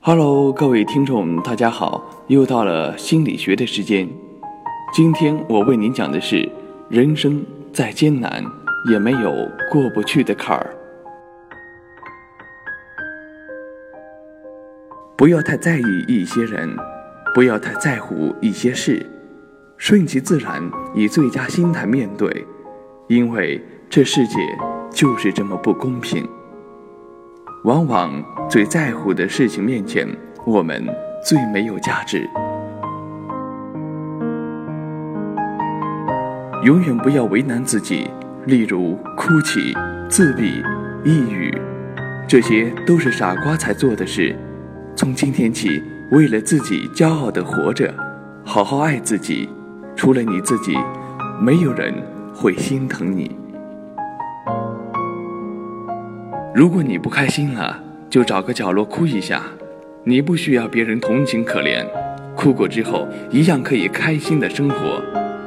Hello， 各位听众，大家好，又到了心理学的时间。今天我为您讲的是，人生再艰难，也没有过不去的坎儿。不要太在意一些人，不要太在乎一些事，顺其自然，以最佳心态面对，因为这世界就是这么不公平。往往最在乎的事情面前，我们最没有价值。永远不要为难自己，例如哭泣、自闭、抑郁，这些都是傻瓜才做的事。从今天起，为了自己骄傲地活着，好好爱自己，除了你自己，没有人会心疼你。如果你不开心了，就找个角落哭一下，你不需要别人同情可怜，哭过之后一样可以开心的生活。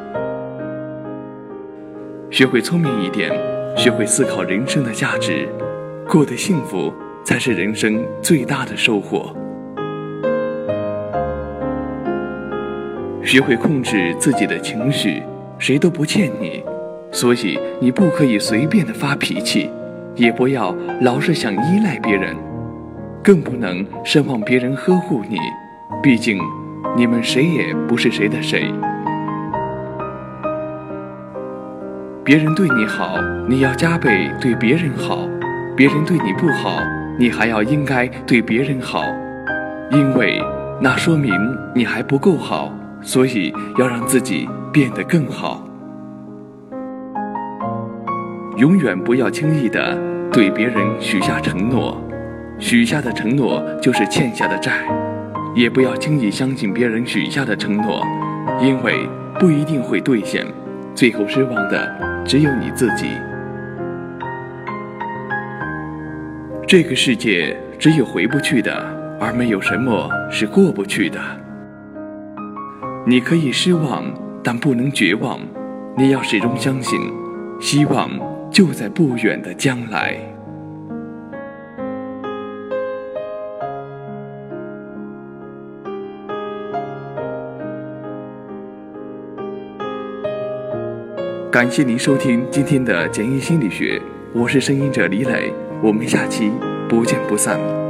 学会聪明一点，学会思考人生的价值，过得幸福才是人生最大的收获。学会控制自己的情绪，谁都不欠你，所以你不可以随便的发脾气，也不要老是想依赖别人，更不能奢望别人呵护你，毕竟你们谁也不是谁的谁。别人对你好，你要加倍对别人好，别人对你不好，你还要应该对别人好，因为那说明你还不够好，所以要让自己变得更好。永远不要轻易的对别人许下承诺，许下的承诺就是欠下的债，也不要轻易相信别人许下的承诺，因为不一定会兑现，最后失望的只有你自己。这个世界只有回不去的，而没有什么是过不去的。你可以失望，但不能绝望，你要始终相信，希望就在不远的将来。感谢您收听今天的简易心理学，我是声音者李磊，我们下期不见不散。